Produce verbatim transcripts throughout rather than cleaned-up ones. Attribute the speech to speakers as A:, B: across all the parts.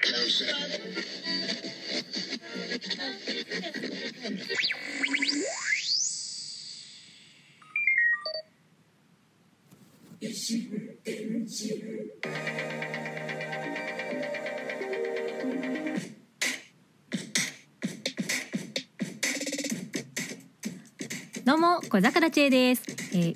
A: どうも小桜知恵です、え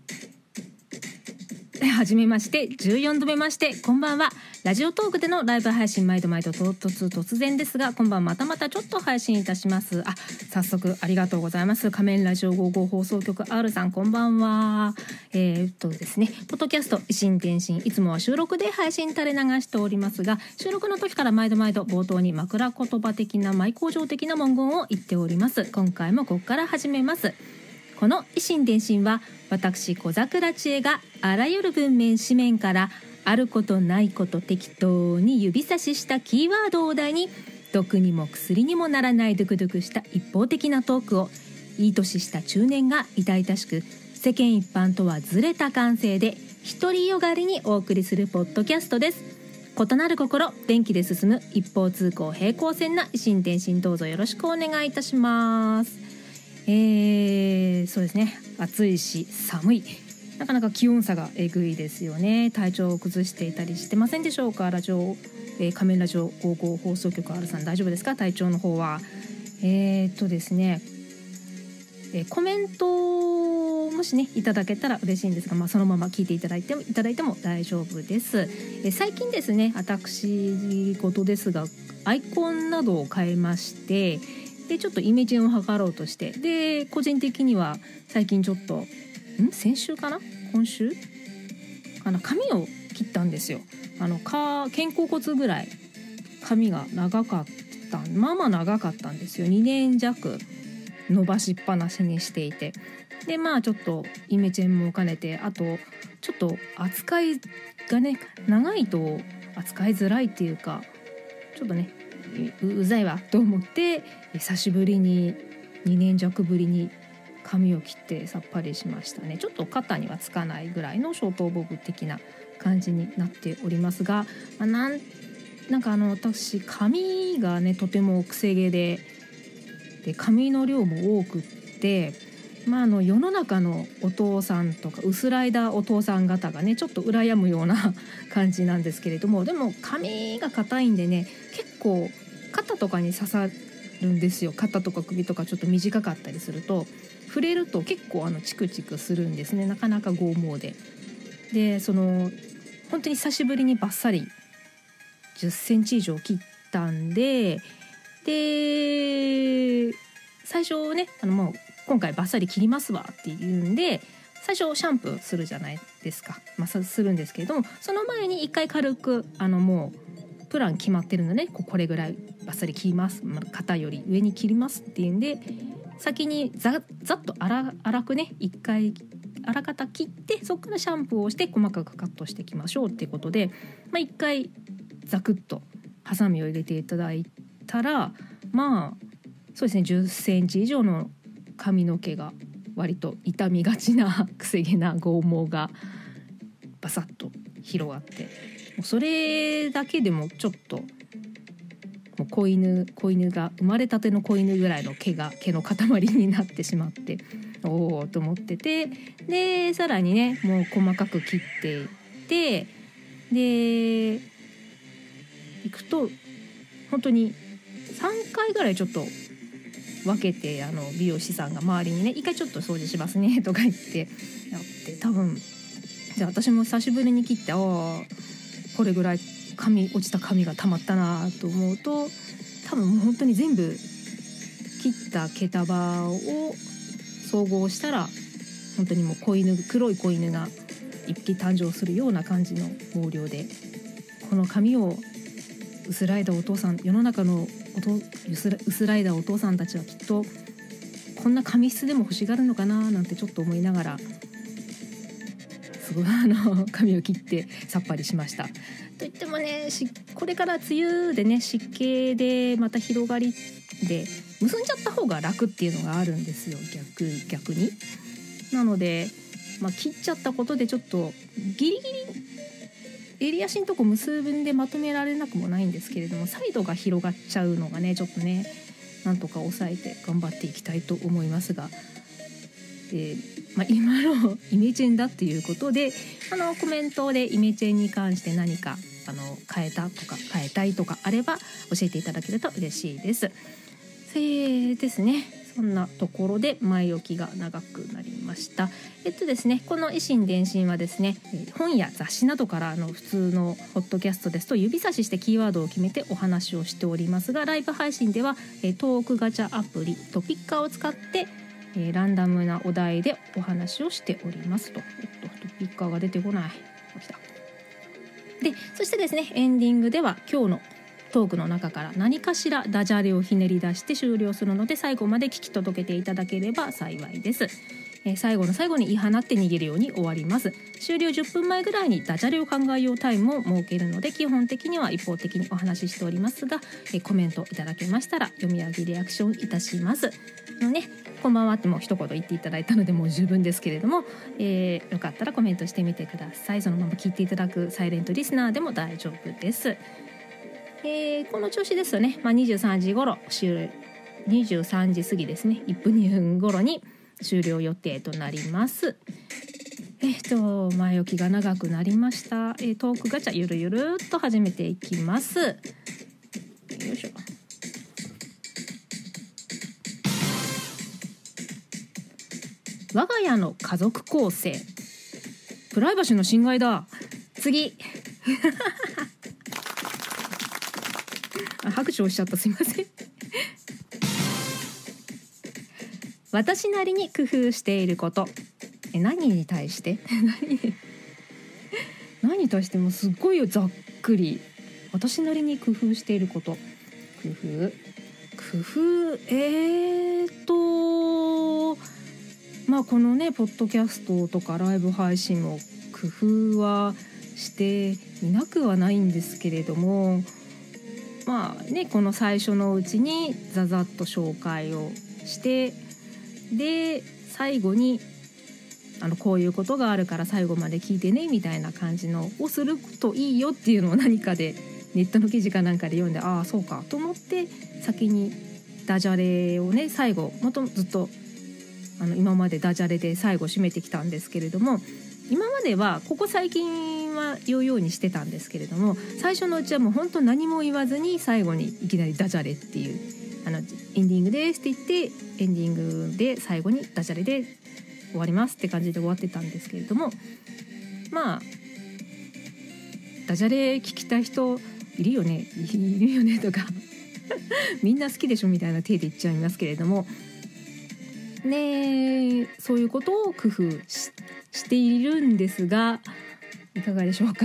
A: ー、はじめましてじゅうよんどめましてこんばんは。ラジオトークでのライブ配信毎度毎度唐突突然ですが今晩またまたちょっと配信いたします。あ、早速ありがとうございます。仮面ラジオごじゅうご放送局 R さんこんばんは。えー、っとですねポッドキャスト維新伝心いつもは収録で配信垂れ流しておりますが収録の時から毎度毎度冒頭に枕言葉的な舞工場的な文言を言っております。今回もここから始めます。この維新伝心は私小桜知恵があらゆる文面紙面からあることないこと適当に指差ししたキーワードを題に毒にも薬にもならないドゥクドゥクした一方的なトークをいい年した中年が痛々しく世間一般とはずれた感性で独りよがりにお送りするポッドキャストです。異なる心電気で進む一方通行平行線な維新伝心どうぞよろしくお願いいたします。えー、そうですね暑いし寒いなかなか気温差がえぐいですよね。体調を崩していたりしてませんでしょうか。ラジオ、えー、仮面ラジオごじゅうご放送局 R さん大丈夫ですか。体調の方はえー、っとですね、えー、コメントもしねいただけたら嬉しいんですが、まあ、そのまま聞いていただいてもいただいても大丈夫です。えー、最近ですね私事ですがアイコンなどを変えましてでちょっとイメチェンを図ろうとしてで個人的には最近ちょっとん先週かな今週かな髪を切ったんですよ。あのか肩甲骨ぐらい髪が長かったまあまあ長かったんですよ。にねん弱伸ばしっぱなしにしていてでまあちょっとイメチェンも兼ねてあとちょっと扱いがね長いと扱いづらいっていうかちょっとねう, うざいわと思って久しぶりににねん弱ぶりに髪を切ってさっぱりしましたね。ちょっと肩にはつかないぐらいのショートボブ的な感じになっておりますが、まあ、なんなんかあの私髪がねとてもくせ毛で、で髪の量も多くって、まあ、あの世の中のお父さんとか薄らいだお父さん方がねちょっと羨むような感じなんですけれどもでも髪が硬いんでね結構肩とかに刺さるんですよ。肩とか首とかちょっと短かったりすると触れると結構あのチクチクするんですね。なかなか剛毛ででその本当に久しぶりにバッサリじゅっセンチ以上切ったんでで最初ねあのもう今回バッサリ切りますわっていうんで最初シャンプーするじゃないですか、まあ、するんですけれどもその前に一回軽くあのもうプラン決まってるので、ね、これぐらいバッサリ切ります、まあ、肩より上に切りますっていうんで先にざざっと粗粗くね一回あらかた切ってそこからシャンプーをして細かくカットしていきましょうっていうことで、まあ、一回ザクッとハサミを入れていただいたらまあそうですねじゅっセンチ以上の髪の毛が割と傷みがちなくせ毛な剛毛がバサッと広がってもうそれだけでもちょっともう子犬子犬が生まれたての子犬ぐらいの毛が毛の塊になってしまっておーと思っててでさらにねもう細かく切っていってでいくと本当にさんかいぐらいちょっと分けてあの美容師さんが周りにね一回ちょっと掃除しますねとか言ってやって多分じゃあ私も久しぶりに切ってああこれぐらい髪落ちた髪がたまったなと思うと多分もう本当に全部切った毛束を総合したら本当にもう子犬黒い子犬が一匹誕生するような感じの毛量でこの髪を薄らいだお父さん世の中のおと薄らいだお父さんたちはきっとこんな髪質でも欲しがるのかななんてちょっと思いながらすごいあの髪を切ってさっぱりしました。といってもねこれから梅雨でね湿気でまた広がりで結んじゃった方が楽っていうのがあるんですよ 逆, 逆になので、まあ、切っちゃったことでちょっとギリギリ襟足のとこ結んでまとめられなくもないんですけれども、サイドが広がっちゃうのがねちょっとねなんとか抑えて頑張っていきたいと思いますが、えーまあ、今のイメチェンだっていうことであのコメントでイメチェンに関して何かあの変えたとか変えたいとかあれば教えていただけると嬉しいです。えー、ですねそんなところで前置きが長くなりました。えっとですねこの維新伝心はですね本や雑誌などからの普通のポッドキャストですと指差ししてキーワードを決めてお話をしておりますが、ライブ配信ではトークガチャアプリトピッカーを使ってえー、ランダムなお題でお話をしておりますと。えっと、トピッカーが出てこない。来た。で、そしてですねエンディングでは今日のトークの中から何かしらダジャレをひねり出して終了するので、最後まで聞き届けていただければ幸いです。えー、最後の最後に言い放って逃げるように終わります。終了じゅっぷんまえぐらいにダジャレを考えようタイムを設けるので、基本的には一方的にお話ししておりますが、えー、コメントいただけましたら読み上げリアクションいたします。あのねこんばんはってもう一言言っていただいたのでもう十分ですけれども、えー、よかったらコメントしてみてください。そのまま聞いていただくサイレントリスナーでも大丈夫です。えー、この調子ですよね、まあ、にじゅうさんじ頃にじゅうさんじ過ぎですねいっぷんにふん頃に終了予定となります。えっと前置きが長くなりました。えー、トークガチャゆるゆるっと始めていきます。よいしょ。我が家の家族構成、プライバシーの侵害だ。次あ拍手をしちゃった、すいません私なりに工夫していること。え何に対して何何に対してもすっごいざっくり。私なりに工夫していること、工夫工夫えーっとまあこのねポッドキャストとかライブ配信も工夫はしていなくはないんですけれども、まあねこの最初のうちにざざっと紹介をして、で最後にあのこういうことがあるから最後まで聞いてねみたいな感じのをするといいよっていうのを何かでネットの記事かなんかで読んで、ああそうかと思って先にダジャレをね最後もとずっとあの今までダジャレで最後締めてきたんですけれども、今まではここ最近は言うようにしてたんですけれども、最初のうちはもう本当何も言わずに最後にいきなりダジャレっていうあのエンディングですって言ってエンディングで最後にダジャレで終わりますって感じで終わってたんですけれども、まあダジャレ聞きたい人いるよねいるよねとかみんな好きでしょみたいな体で言っちゃいますけれどもね、そういうことを工夫 し, しているんですがいかがでしょうか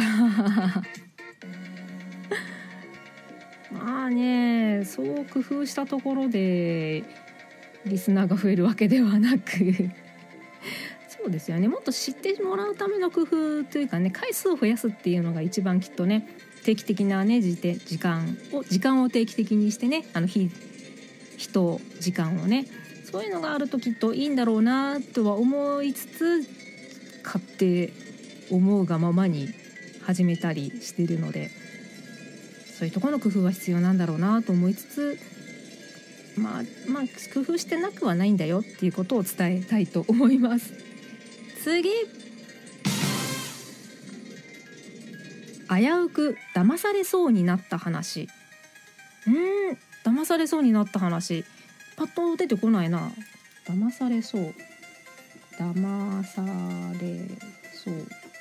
A: まあねそう工夫したところでリスナーが増えるわけではなくそうですよね、もっと知ってもらうための工夫というかね回数を増やすっていうのが一番きっとね定期的なね時時間を時間を定期的にしてねあの日人時間をねそういうのがあるときっといいんだろうなとは思いつつ買って思うがままに始めたりしてるので、そういうところの工夫は必要なんだろうなと思いつつ、まあまあ工夫してなくはないんだよっていうことを伝えたいと思います。次、危うく騙されそうになった話。うーん騙されそうになった話パッと出てこないな。騙されそう騙されそう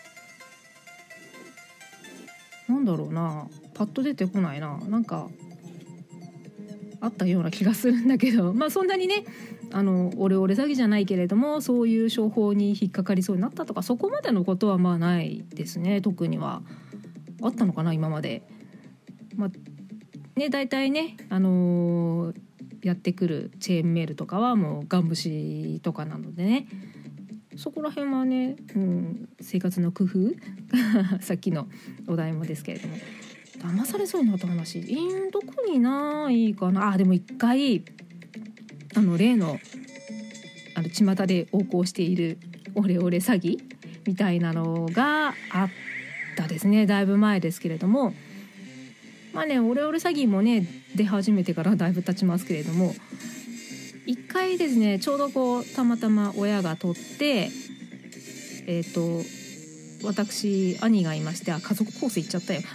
A: なんだろうな、パッと出てこないな。なんかあったような気がするんだけど、まあそんなにねあのオレオレ詐欺じゃないけれどもそういう商法に引っかかりそうになったとかそこまでのことはまあないですね。特にはあったのかな今まで。まあね大体ねあのーやってくるチェーンメールとかはもうガン節とかなのでね、そこら辺はね、うん、生活の工夫さっきのお題もですけれども、騙されそうになった話、えー、どこにないかな。あでも一回あの例のあの巷で横行しているオレオレ詐欺みたいなのがあったですね。だいぶ前ですけれども、まあねオレオレ詐欺もね出始めてからだいぶ経ちますけれども、一回ですねちょうどこうたまたま親が撮って、えっと私兄がいまして、あ家族構成いっちゃったよ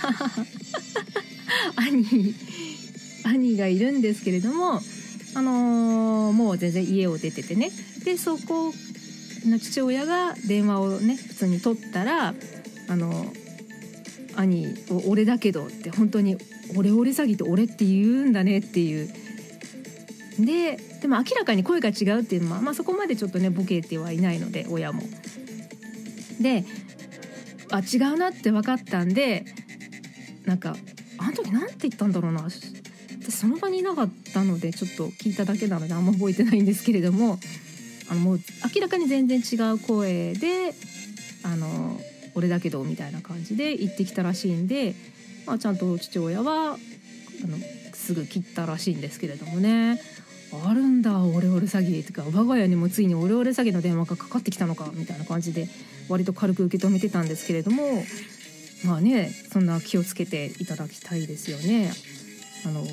A: 兄兄がいるんですけれども、あのー、もう全然家を出ててね、でそこの父親が電話をね普通に取ったら、あの兄を俺だけどって本当にオレオレ詐欺って俺って言うんだねっていうで、でも明らかに声が違うっていうのは、まあ、そこまでちょっとねボケてはいないので親もで、あ違うなって分かったんで、なんかあの時なんて言ったんだろうな、私その場にいなかったのでちょっと聞いただけなのであんま覚えてないんですけれども、あのもう明らかに全然違う声であの俺だけどみたいな感じで言ってきたらしいんで、まあ、ちゃんと父親はあのすぐ切ったらしいんですけれどもね、あるんだオレオレ詐欺とか、我が家にもついにオレオレ詐欺の電話がかかってきたのかみたいな感じで割と軽く受け止めてたんですけれども、まあねそんな気をつけていただきたいですよね。あの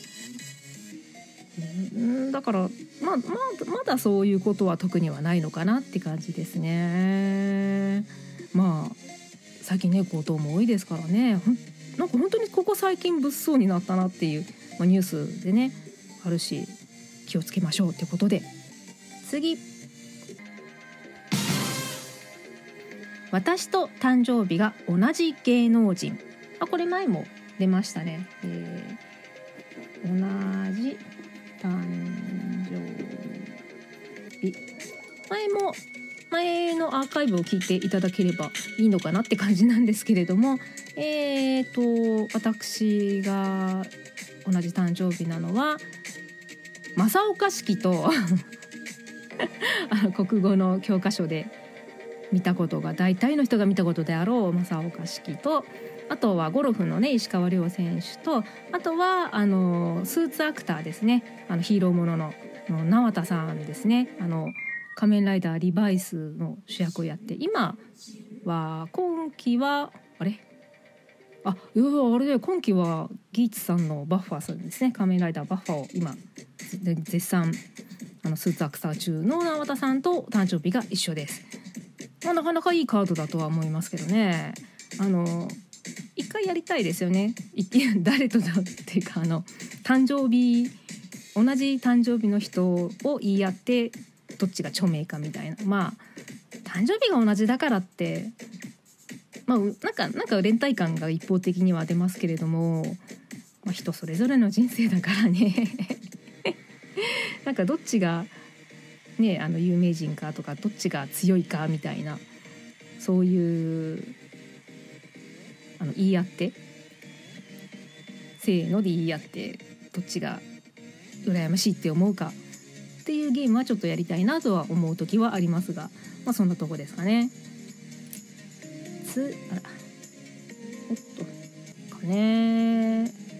A: んだからまあ、まあ、まだそういうことは特にはないのかなって感じですね。まあ最近ね強盗も多いですからね、なんか本当にここ最近物騒になったなっていう、まあ、ニュースでねあるし気をつけましょうってことで、次私と誕生日が同じ芸能人、あこれ前も出ましたね、えー、同じ誕生日、前も前のアーカイブを聞いていただければいいのかなって感じなんですけれども、えーと私が同じ誕生日なのは正岡子規とあの国語の教科書で見たことが大体の人が見たことであろう正岡子規と、あとはゴルフのね石川遼選手と、あとはあのスーツアクターですね、あのヒーローものの縄田さんですね、あの仮面ライダーリバイスの主役をやって、今は今期はあれあいやあれで今期はギーツさんのバッファーさんですね、仮面ライダーバッファーを今絶賛あのスーツアクター中の縄田さんと誕生日が一緒です。まあ、なかなかいいカードだとは思いますけどね、あの一回やりたいですよね。誰とだっていうか、あの誕生日同じ誕生日の人を言い合ってどっちが著名かみたいな、まあ誕生日が同じだからってまあなんかなんか連帯感が一方的には出ますけれども、まあ、人それぞれの人生だからねなんかどっちがねあの有名人かとかどっちが強いかみたいな、そういうあの言い合ってせーので言い合ってどっちが羨ましいって思うかっていうゲームはちょっとやりたいなとは思う時はありますが、まあそんなとこですかね。つあらおっとかね。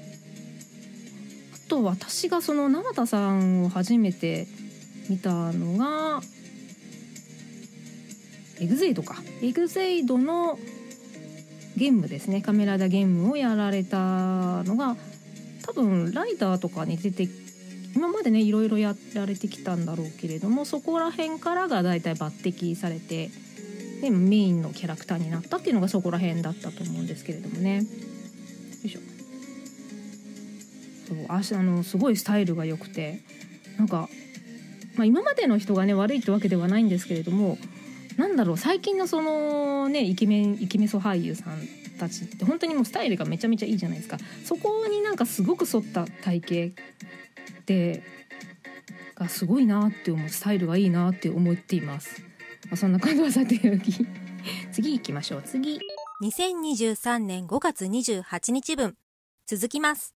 A: あと私がその縄田さんを初めて見たのがエグゼイドかエグゼイドのゲームですね、カメラダゲームをやられたのが多分ライダーとかに出て今までねいろいろやられてきたんだろうけれども、そこら辺からがだいたい抜擢されてでメインのキャラクターになったっていうのがそこら辺だったと思うんですけれどもね。よいしょ。そうああのすごいスタイルが良くて、なんか、まあ、今までの人がね悪いってわけではないんですけれども、なんだろう最近のそのねイケメンイケメソ俳優さんたちって本当にもうスタイルがめちゃめちゃいいじゃないですか。そこになんかすごく沿った体型でがすごいなって思う、スタイルがいいなって思っています。まあ、そんな感じはさておき次行きましょう。次
B: にせんにじゅうさんねんごがつにじゅうはちにちぶん続きます。